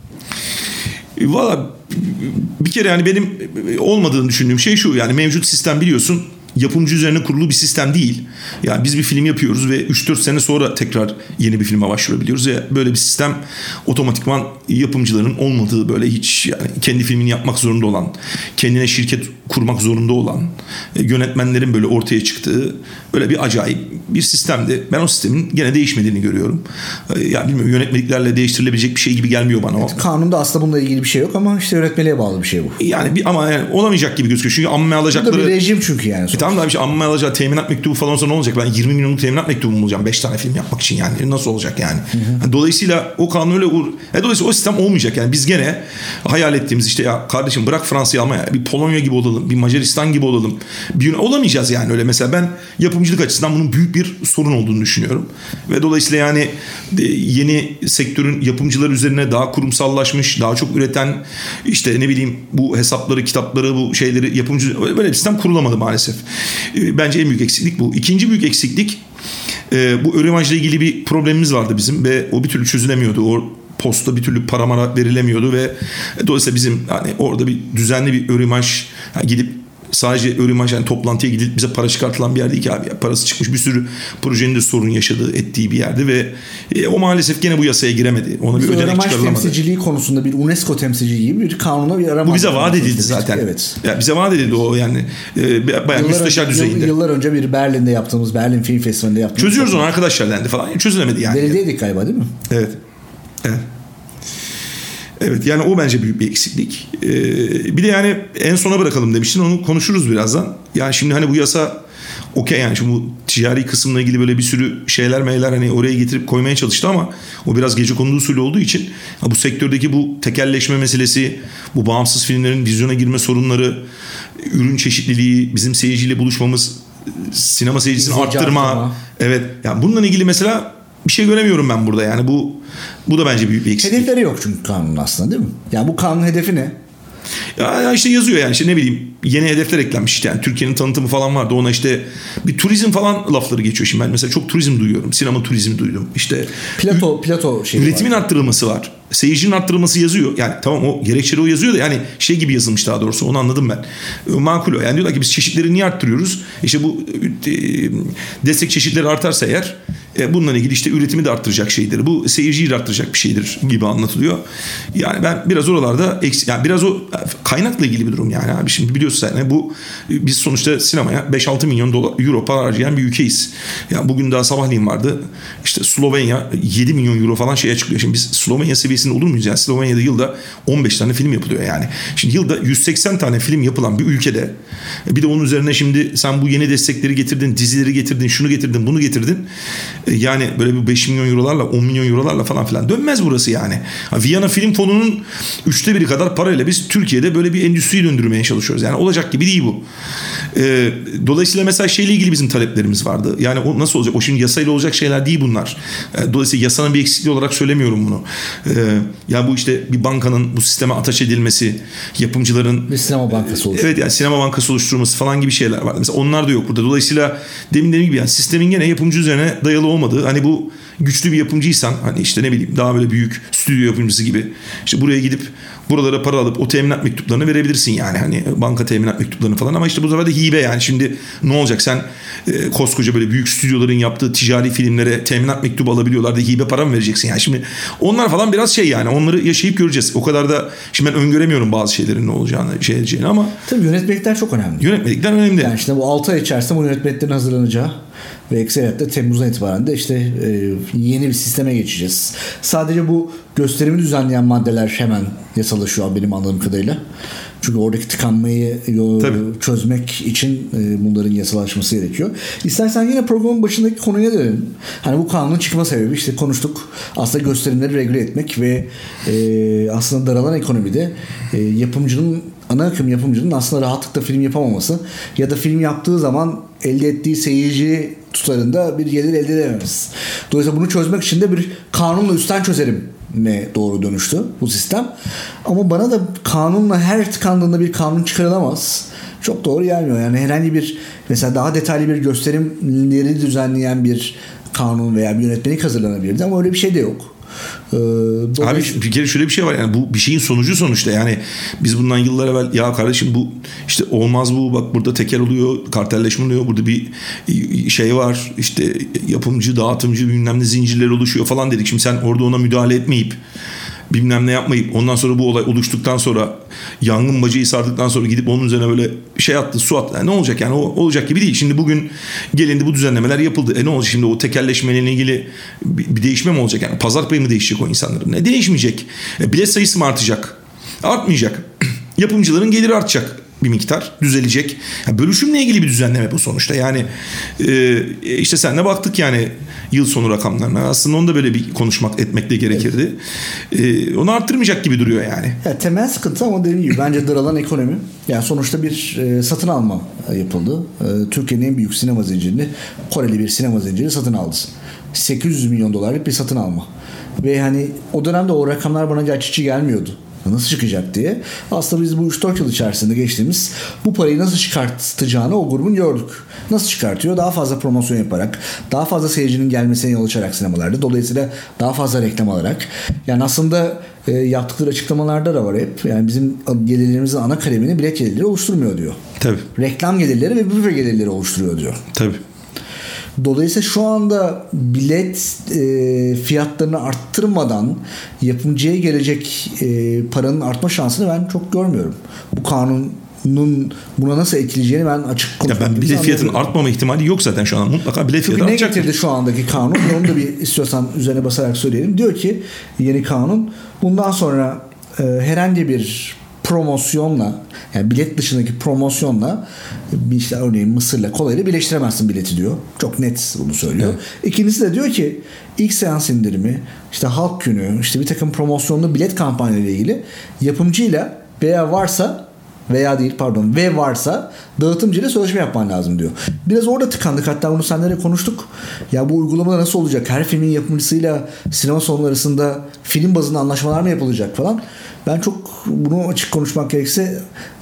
Valla bir kere yani benim olmadığını düşündüğüm şey şu. Yani mevcut sistem biliyorsun yapımcı üzerine kurulu bir sistem değil. Yani biz bir film yapıyoruz ve 3-4 sene sonra tekrar yeni bir filme başvurabiliyoruz. Ve böyle bir sistem otomatikman yapımcıların olmadığı böyle hiç yani kendi filmini yapmak zorunda olan, kendine şirket kurmak zorunda olan yönetmenlerin böyle ortaya çıktığı böyle bir acayip bir sistemdi. Ben o sistemin gene değişmediğini görüyorum. Yani bilmiyorum yönetmeliklerle değiştirilebilecek bir şey gibi gelmiyor bana o. Evet, kanunda aslında bununla ilgili bir şey yok ama işte yönetmeliğe bağlı bir şey bu. Yani ama yani olamayacak gibi gözüküyor. Çünkü amme alacakları... Bu da bir rejim çünkü yani. Tamam da bir şey amme alacağı teminat mektubu falan olsa ne olacak? Ben 20 milyonluk teminat mektubu mu bulacağım 5 tane film yapmak için yani? Nasıl olacak yani? Dolayısıyla o kanun öyle dolayısıyla o sistem olmayacak yani. Biz gene hayal ettiğimiz işte ya kardeşim bırak Fransa'yı almaya bir Polonya gibi olalım, bir Macaristan gibi olalım. Olamayacağız yani öyle. Mesela ben yapımcılık açısından bunun büyük bir sorun olduğunu düşünüyorum. Ve dolayısıyla yani yeni sektörün yapımcılar üzerine daha kurumsallaşmış, daha çok üreten işte ne bileyim bu hesapları, kitapları, bu şeyleri yapımcı böyle bir sistem kurulamadı maalesef. Bence en büyük eksiklik bu. İkinci büyük eksiklik bu örimajla ilgili bir problemimiz vardı bizim ve o bir türlü çözülemiyordu. O posta bir türlü para verilemiyordu ve dolayısıyla bizim hani orada bir düzenli bir örimaj yani gidip sadece örimaj yani toplantıya gidip bize para çıkartılan bir yer değil ki abi. Parası çıkmış bir sürü projenin de sorun yaşadığı ettiği bir yerdi ve o maalesef gene bu yasaya giremedi. Ona bir ödenek çıkarılamadı. Temsilciliği konusunda bir UNESCO temsilciliği gibi bir kanuna bir arama. Bu bize vaat edildi zaten. Evet. Ya bize vaat edildi o yani bayağı müsteşar düzeyinde. Yıllar önce bir Berlin'de yaptığımız Berlin Film Festivali'nde yaptığımız. Çözüyoruz onu arkadaşlar dendi falan. Çözülemedi yani. Belediyeydik galiba değil mi? Evet. Evet. Evet yani o bence büyük bir eksiklik. Bir de yani en sona bırakalım demiştin onu konuşuruz birazdan. Yani şimdi hani bu yasa okey yani şimdi bu ticari kısımla ilgili böyle bir sürü şeyler hani oraya getirip koymaya çalıştı ama o biraz gecekondu usulü olduğu için bu sektördeki bu tekelleşme meselesi, bu bağımsız filmlerin vizyona girme sorunları, ürün çeşitliliği, bizim seyirciyle buluşmamız sinema seyircisini arttırma. Evet. Yani bununla ilgili mesela bir şey göremiyorum ben burada. Yani bu da bence büyük bir eksiklik. Hedefleri yok çünkü kanunun aslında, değil mi? Yani bu kanunun hedefi ne? Ya işte yazıyor yani, işte ne bileyim, yeni hedefler eklenmiş işte. Yani Türkiye'nin tanıtımı falan vardı, ona işte bir turizm falan lafları geçiyor. Şimdi ben mesela çok turizm duyuyorum. Sinema turizmi duydum. İşte Plato şey üretimin var. arttırılması var. Seyircinin arttırılması yazıyor. Yani tamam, o gerekçeli o yazıyor da yani şey gibi yazılmış, daha doğrusu onu anladım ben. Makul o. Yani diyorlar ki biz çeşitleri niye arttırıyoruz? İşte bu destek çeşitleri artarsa eğer bununla ilgili işte üretimi de arttıracak şeydir. Bu seyirciyi de arttıracak bir şeydir gibi anlatılıyor. Yani ben biraz oralarda yani biraz o kaynakla ilgili bir durum yani abi. Şimdi biliyorsun sen, bu biz sonuçta sinemaya 5-6 milyon euro para harcayan bir ülkeyiz. Yani bugün daha sabahleyin vardı. İşte Slovenya 7 milyon euro falan şey açıklıyor. Şimdi biz Slovenya seviyesinde olur muyuz? Yani Slovenya'da yılda 15 tane film yapılıyor yani. Şimdi yılda 180 tane film yapılan bir ülkede bir de onun üzerine şimdi sen bu yeni destekleri getirdin, dizileri getirdin, şunu getirdin, bunu getirdin. Yani böyle bir 5 milyon eurolarla, 10 milyon eurolarla falan filan dönmez burası yani. Viyana Film Fonu'nun 1/3 kadar parayla biz Türkiye'de böyle bir endüstriyi döndürmeye çalışıyoruz. Yani olacak gibi değil bu. Dolayısıyla mesela şeyle ilgili bizim taleplerimiz vardı. Yani o nasıl olacak? O şimdi yasayla olacak şeyler değil bunlar. Dolayısıyla yasanın bir eksikliği olarak söylemiyorum bunu. Ya bu işte bir bankanın bu sisteme ataç edilmesi, yapımcıların bir sinema bankası oluşturması. Evet, yani sinema bankası oluşturması falan gibi şeyler var. Mesela onlar da yok burada. Dolayısıyla demin dediğim gibi yani sistemin gene yapımcı üzerine dayalı olmadığı, hani bu güçlü bir yapımcıysan, hani işte ne bileyim daha böyle büyük stüdyo yapımcısı gibi işte buraya gidip buralara para alıp o teminat mektuplarını verebilirsin yani, hani banka teminat mektuplarını falan, ama işte bu sefer de hibe yani. Şimdi ne olacak, sen koskoca böyle büyük stüdyoların yaptığı ticari filmlere teminat mektubu alabiliyorlar da hibe para mı vereceksin yani? Şimdi onlar falan biraz şey yani, onları yaşayıp göreceğiz. O kadar da şimdi ben öngöremiyorum bazı şeylerin ne olacağını, şey edeceğini, ama tabii yönetmelikler çok önemli. Yönetmelikler önemli. Yani işte bu 6 ay içerisinde bu yönetmeliklerin hazırlanacağı ve ekseriyetle Temmuz'dan itibaren de işte yeni bir sisteme geçeceğiz. Sadece bu gösterimi düzenleyen maddeler hemen yasalaşıyor benim anladığım kadarıyla. Çünkü oradaki tıkanmayı çözmek için bunların yasalaşması gerekiyor. İstersen yine programın başındaki konuya dönelim. Hani bu kanunun çıkma sebebi işte konuştuk. Aslında gösterimleri regüle etmek ve aslında daralan ekonomide ana akım yapımcının aslında rahatlıkla film yapamaması ya da film yaptığı zaman elde ettiği seyirci tutarında bir gelir elde edememesi. Dolayısıyla bunu çözmek için de bir kanunla üstten çözelim ne doğru dönüştü bu sistem. Ama bana da kanunla her tıkandığında bir kanun çıkarılamaz. Çok doğru gelmiyor. Yani herhangi bir mesela daha detaylı bir gösterimleri düzenleyen bir kanun veya bir yönetmelik hazırlanabilirdi ama öyle bir şey de yok. Abi bir kere şöyle bir şey var yani, bu bir şeyin sonucu sonuçta yani. Biz bundan yıllar evvel ya kardeşim bu işte olmaz, bu bak burada tekel oluyor, kartelleşme oluyor, burada bir şey var işte, yapımcı dağıtımcı bilmem ne zincirleri oluşuyor falan dedik. Şimdi sen orada ona müdahale etmeyip bilmem ne yapmayıp ondan sonra bu olay oluştuktan sonra yangın bacayı sardıktan sonra gidip onun üzerine böyle şey attı, su attı. Yani ne olacak yani, o olacak gibi değil. Şimdi bugün gelindi, bu düzenlemeler yapıldı. Ne olacak şimdi, o tekelleşmeyle ilgili bir değişme mi olacak? Yani pazar payı mı değişecek o insanların? Ne değişmeyecek? Bilet sayısı mı artacak? Artmayacak. Yapımcıların geliri artacak bir miktar, düzelecek. Yani bölüşümle ilgili bir düzenleme bu sonuçta. Yani işte seninle baktık yani yıl sonu rakamlarına. Aslında onu da böyle bir konuşmak etmekle gerekirdi. Evet. Onu arttırmayacak gibi duruyor yani. Ya, temel sıkıntı ama dediğim gibi bence daralan ekonomi. Yani sonuçta bir satın alma yapıldı. Türkiye'nin en büyük sinema zincirini Koreli bir sinema zinciri satın aldı. 800 milyon dolarlık bir satın alma. Ve hani o dönemde o rakamlar bana gerçekçi gelmiyordu. Nasıl çıkacak diye. Aslında biz bu 3-4 yıl içerisinde geçtiğimiz bu parayı nasıl çıkartacağını o grubun gördük. Nasıl çıkartıyor? Daha fazla promosyon yaparak, daha fazla seyircinin gelmesine yol açarak sinemalarda. Dolayısıyla daha fazla reklam alarak. Yani aslında yaptıkları açıklamalarda da var hep. Yani bizim gelirlerimizin ana kalemini bilet gelirleri oluşturmuyor diyor. Tabii. Reklam gelirleri ve büfe gelirleri oluşturuyor diyor. Tabii. Dolayısıyla şu anda bilet fiyatlarını arttırmadan yapımcıya gelecek paranın artma şansını ben çok görmüyorum. Bu kanunun buna nasıl etkileyeceğini ben açık konuşmak. Ben bilet fiyatının artmama ihtimali yok zaten şu an. Mutlaka bilet fiyatı artacak. Çünkü ne getirdi şu andaki kanun? Onu da bir istiyorsan üzerine basarak söyleyelim. Diyor ki yeni kanun bundan sonra herhangi bir promosyonla, yani bilet dışındaki promosyonla işte örneğin Mısır'la kolayla birleştiremezsin bileti diyor. Çok net bunu söylüyor. Evet. İkincisi de diyor ki ilk seans indirimi, işte halk günü, işte bir takım promosyonlu bilet kampanyalarıyla ilgili yapımcıyla veya varsa ve varsa dağıtımcıyla sözleşme yapman lazım diyor. Biraz orada tıkandık, hatta bunu seninle konuştuk. Ya bu uygulamada nasıl olacak? Her filmin yapımcısıyla sinema salonu arasında film bazında anlaşmalar mı yapılacak falan. Ben çok bunu açık konuşmak gerekirse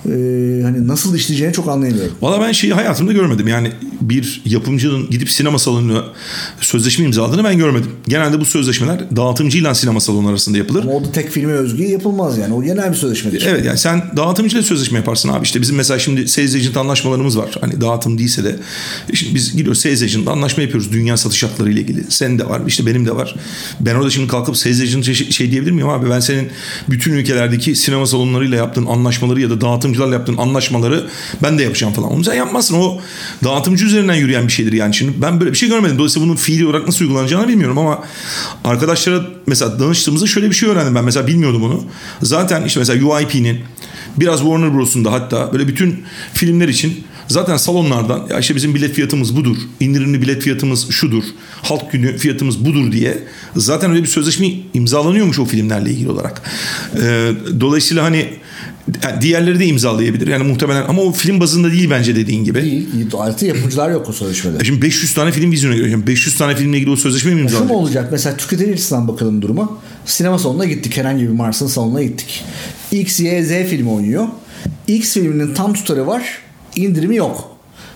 hani nasıl işleyeceğini çok anlayamıyorum. Valla ben şeyi hayatımda görmedim. Yani bir yapımcının gidip sinema salonuna sözleşme imzaladığını ben görmedim. Genelde bu sözleşmeler dağıtımcıyla sinema salonu arasında yapılır. Ama o da tek filme özgü yapılmaz yani. O genel bir sözleşmedir. Evet, yani sen dağıtımcıyla sözleşme yaparsın abi. İşte bizim mesela şimdi sales agent anlaşmalarımız var. Hani dağıtım değilse de şimdi biz gidiyoruz sales agent'la anlaşma yapıyoruz. Dünya satış hakları ile ilgili. Senin de var, işte benim de var. Ben orada şimdi kalkıp sales agent'a şey diyebilir miyim abi? Ben senin bütün ülkelerdeki sinema salonlarıyla yaptığın anlaşmaları ya da dağıtımcılarla yaptığın anlaşmaları ben de yapacağım falan. Onu sen yapmazsın. O dağıtımcı üzerinden yürüyen bir şeydir yani. Şimdi ben böyle bir şey görmedim. Dolayısıyla bunun fiili olarak nasıl uygulanacağını bilmiyorum ama arkadaşlara mesela danıştığımızda şöyle bir şey öğrendim ben. Mesela bilmiyordum onu. Zaten işte mesela UIP'nin biraz Warner Bros'un da hatta böyle bütün filmler için zaten salonlardan ya işte bizim bilet fiyatımız budur, indirimli bilet fiyatımız şudur, halk günü fiyatımız budur diye zaten öyle bir sözleşme imzalanıyormuş o filmlerle ilgili olarak. Dolayısıyla hani yani diğerleri de imzalayabilir yani muhtemelen ama o film bazında değil bence dediğin gibi. Değil. Artı yapımcılar yok o sözleşmede. Şimdi 500 tane film vizyona giriyor. Yani 500 tane filmle ilgili o sözleşme mi imzalayacak? Şu mu olacak? Mesela tüketici açısından bakalım duruma. Sinema salonuna gittik. Herhangi bir Mars'ın salonuna gittik. X, Y, Z filmi oynuyor. X filminin tam tutarı var. İndirimi yok.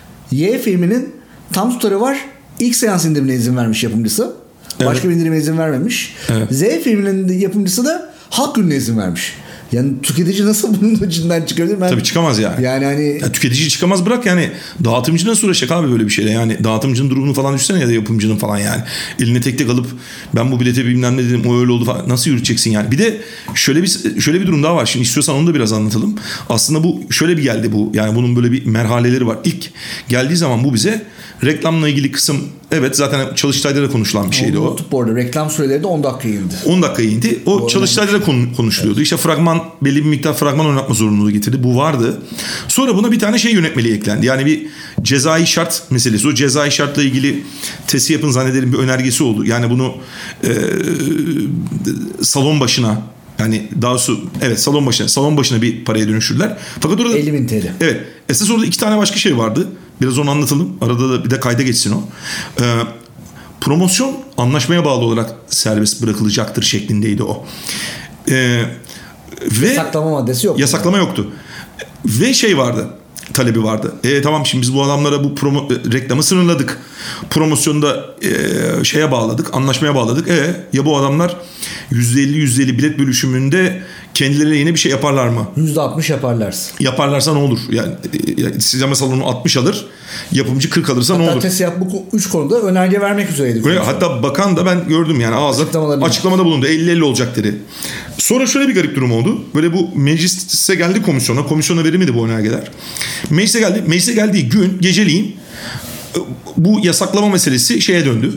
Y filminin tam tutarı var. X seans indirimine izin vermiş yapımcısı. Başka bir indirime izin vermemiş. Evet. Z filminin yapımcısı da halk gününe izin vermiş. Yani tüketici nasıl bunun içinden çıkabilir? Tabii çıkamaz yani. Yani hani ya tüketici çıkamaz bırak yani dağıtımcı nasıl uğraşacak abi böyle bir şeyle yani dağıtımcının durumunu falan düşünsene ya da yapımcının falan yani. Eline tek tek alıp ben bu bilete bilmem ne dedim o öyle oldu falan nasıl yürüteceksin yani. Bir de şöyle bir durum daha var. Şimdi istiyorsan onu da biraz anlatalım. Aslında bu şöyle bir geldi bu. Yani bunun böyle bir merhaleleri var. İlk geldiği zaman bu bize reklamla ilgili kısım evet zaten Çalıştay'da da konuşulan bir şeydi o. Bu arada reklam süreleri de 10 dakika indi. 10 dakika indi. O Çalıştay'da da konuşuluyordu. Evet. İşte fragman belli bir miktar fragman oynatma zorunluluğu getirdi. Bu vardı. Sonra buna bir tane şey yönetmeliği eklendi. Yani bir cezai şart meselesi. O cezai şartla ilgili TESİAP'ın zannederim bir önergesi oldu. Yani bunu salon başına yani daha doğrusu evet salon başına bir paraya dönüştürdüler. Fakat orada 50.000 TL. Evet. Esas orada 2 tane başka şey vardı. Biraz onu anlatalım. Arada da bir de kayda geçsin o. Promosyon anlaşmaya bağlı olarak serbest bırakılacaktır şeklindeydi o. Ve yasaklama maddesi yoktu. Yasaklama yoktu. Ve şey vardı. Talebi vardı. Tamam şimdi biz bu adamlara bu reklamı sınırladık. Promosyonda şeye bağladık, anlaşmaya bağladık. Ya bu adamlar %50 bilet bölüşümünde kendilerine yine bir şey yaparlar mı? %60 yaparlarsa. Yaparlarsa ne olur? Yani sinema salonu 60 alır, yapımcı 40 alırsa hatta ne olur? Hatta TESİAP bu 3 konuda önerge vermek üzereydi. Hatta bakan da ben gördüm yani açıklamada bulundu. 50-50 olacak dedi. Sonra şöyle bir garip durum oldu. Böyle bu meclise geldi komisyona verilmedi bu önergeler. Meclise geldiği gün geceliğin bu yasaklama meselesi şeye döndü.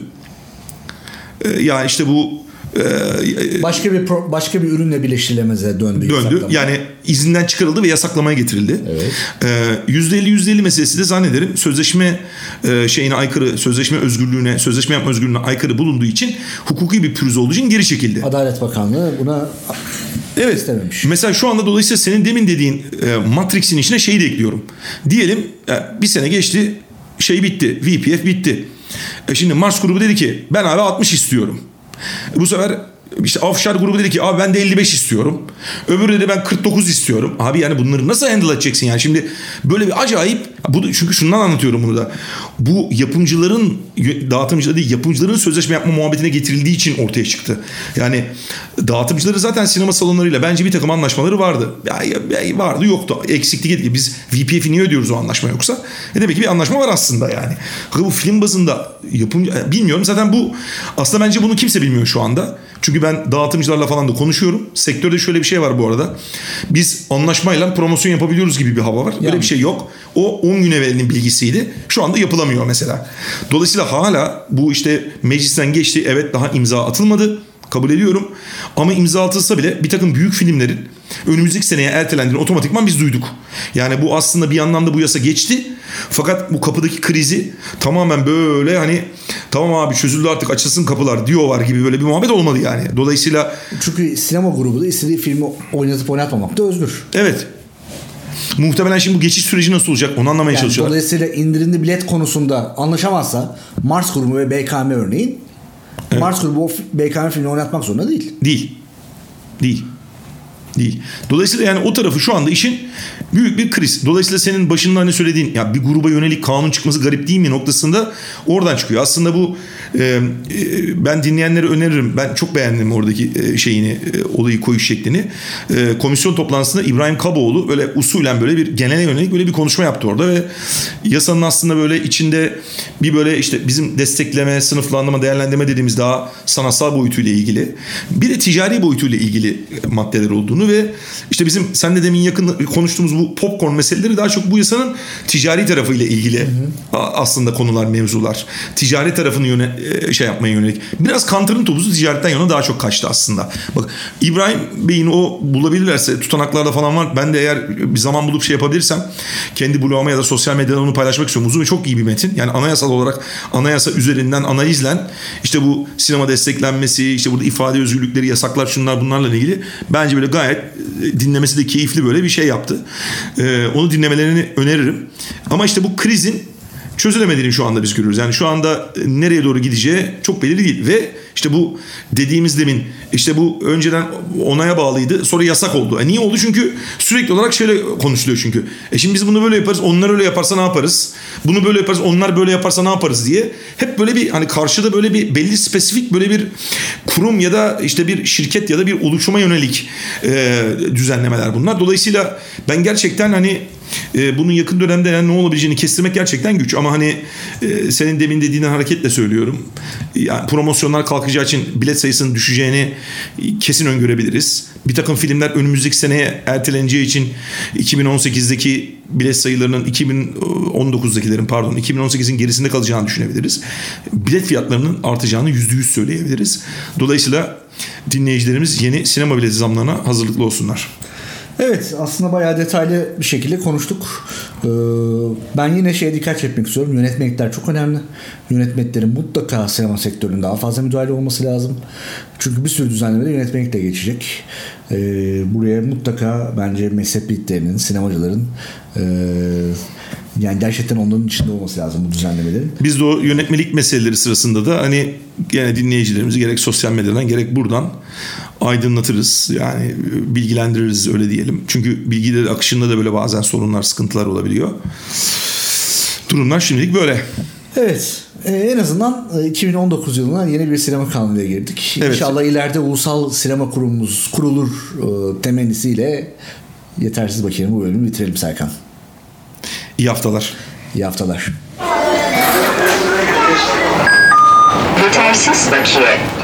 Yani işte bu başka bir ürünle birleştirilemeze döndü. Yani izinden çıkarıldı ve yasaklamaya getirildi. Evet. %50 meselesi de zannederim sözleşme şeyine aykırı, sözleşme yapma özgürlüğüne aykırı bulunduğu için hukuki bir pürüz olduğu için geri çekildi. Adalet Bakanlığı buna istememiş. Mesela şu anda dolayısıyla senin demin dediğin Matrix'in içine şeyi de ekliyorum. Diyelim bir sene geçti, şey bitti, VPF bitti. Şimdi Mars grubu dedi ki ben abi 60 istiyorum. Bu sefer işte Afşar grubu dedi ki abi ben de 55 istiyorum. Öbürü dedi ben 49 istiyorum. Abi yani bunları nasıl handle edeceksin yani? Şimdi böyle bir acayip çünkü şundan anlatıyorum bunu da. Bu yapımcıların dağıtımcıları değil yapımcıların sözleşme yapma muhabbetine getirildiği için ortaya çıktı. Yani dağıtımcıları zaten sinema salonlarıyla bence bir takım anlaşmaları vardı. Ya vardı yoktu. Eksiklik edildi. Biz VPF'i niye ödüyoruz o anlaşma yoksa? Demek ki bir anlaşma var aslında yani. Bu film bazında yapımcı bilmiyorum. Zaten bu aslında bence bunu kimse bilmiyor şu anda. Çünkü ben dağıtımcılarla falan da konuşuyorum. Sektörde şöyle bir şey var bu arada. Biz anlaşmayla promosyon yapabiliyoruz gibi bir hava var. Böyle bir şey yok. O 10 gün evvelinin bilgisiydi. Şu anda yapılamıyor mesela. Dolayısıyla hala bu işte meclisten geçti. Evet daha imza atılmadı. Kabul ediyorum. Ama imza atılsa bile bir takım büyük filmlerin önümüzdeki seneye ertelendiğini otomatikman biz duyduk. Yani bu aslında bir anlamda bu yasa geçti. Fakat bu kapıdaki krizi tamamen böyle hani tamam abi çözüldü artık açılsın kapılar diyorlar gibi böyle bir muhabbet olmadı yani. Dolayısıyla çünkü sinema grubu da istediği filmi oynatıp oynatmamakta özgür. Evet. Muhtemelen şimdi bu geçiş süreci nasıl olacak onu anlamaya Yani çalışıyorlar. dolayısıyla indirimli bilet konusunda anlaşamazsa Mars grubu ve BKM örneğin Mars grubu o BKM filmini oynatmak zorunda değil. Değil. Dolayısıyla yani o tarafı şu anda işin büyük bir kriz. Dolayısıyla senin başında hani söylediğin ya bir gruba yönelik kanun çıkması garip değil mi noktasında oradan çıkıyor. Aslında bu ben dinleyenlere öneririm. Ben çok beğendim oradaki olayı koyuş şeklini. Komisyon toplantısında İbrahim Kaboğlu böyle usulen böyle bir genele yönelik böyle bir konuşma yaptı orada ve yasanın aslında böyle içinde bir böyle işte bizim destekleme, sınıflandırma, değerlendirme dediğimiz daha sanatsal boyutuyla ilgili bir de ticari boyutuyla ilgili maddeler olduğunu ve işte bizim seninle demin yakın konuştuğumuz bu popcorn meseleleri daha çok bu yasanın ticari tarafıyla ilgili aslında konular, mevzular. Ticari tarafını yapmaya yönelik. Biraz kantırın topuzu ticaretten yana daha çok kaçtı aslında. Bak İbrahim Bey'in o bulabilirlerse tutanaklarda falan var. Ben de eğer bir zaman bulup yapabilirsem kendi bloguma ya da sosyal medyada onu paylaşmak istiyorum. Uzun ve çok iyi bir metin. Yani anayasal olarak anayasa üzerinden analizlen işte bu sinema desteklenmesi, işte burada ifade özgürlükleri, yasaklar şunlar bunlarla ilgili bence böyle gayet dinlemesi de keyifli böyle bir yaptı. Onu dinlemelerini öneririm. Ama işte bu krizin çözülemediğini şu anda biz görüyoruz. Yani şu anda nereye doğru gideceği çok belirli değil. Ve işte bu dediğimiz demin işte bu önceden onaya bağlıydı. Sonra yasak oldu. Niye oldu? Çünkü sürekli olarak şöyle konuşuluyor çünkü. Şimdi biz bunu böyle yaparız. Onlar öyle yaparsa ne yaparız? Bunu böyle yaparız. Onlar böyle yaparsa ne yaparız diye. Hep böyle bir hani karşıda böyle bir belli spesifik böyle bir kurum ya da işte bir şirket ya da bir oluşuma yönelik düzenlemeler bunlar. Dolayısıyla ben gerçekten hani bunun yakın dönemde yani ne olabileceğini kestirmek gerçekten güç. Ama hani senin demin dediğinden hareketle söylüyorum. Yani promosyonlar kalkacağı için bilet sayısının düşeceğini kesin öngörebiliriz. Bir takım filmler önümüzdeki seneye erteleneceği için 2018'deki bilet sayılarının 2018'in gerisinde kalacağını düşünebiliriz. Bilet fiyatlarının artacağını %100 söyleyebiliriz. Dolayısıyla dinleyicilerimiz yeni sinema bileti zamlarına hazırlıklı olsunlar. Evet, aslında bayağı detaylı bir şekilde konuştuk. Ben yine dikkat çekmek istiyorum. Yönetmelikler çok önemli. Yönetmeliklerin mutlaka sinema sektörünün daha fazla müdahale olması lazım. Çünkü bir sürü düzenlemede yönetmelikle geçecek. Buraya mutlaka bence mezhep birliklerinin, sinemacıların yani gerçekten onların içinde olması lazım bu düzenlemelerin. Biz de o yönetmelik meseleleri sırasında da hani gene dinleyicilerimizi gerek sosyal medyadan gerek buradan aydınlatırız. Yani bilgilendiririz öyle diyelim. Çünkü bilgiler akışında da böyle bazen sorunlar, sıkıntılar olabiliyor. Durumlar şimdilik böyle. Evet. En azından 2019 yılına yeni bir sinema kanunuyla girdik. Evet. İnşallah ileride ulusal sinema kurumumuz kurulur temennisiyle yetersiz bakiyenin bu bölümü bitirelim Serkan. İyi haftalar. İyi haftalar. Yetersiz bakiye.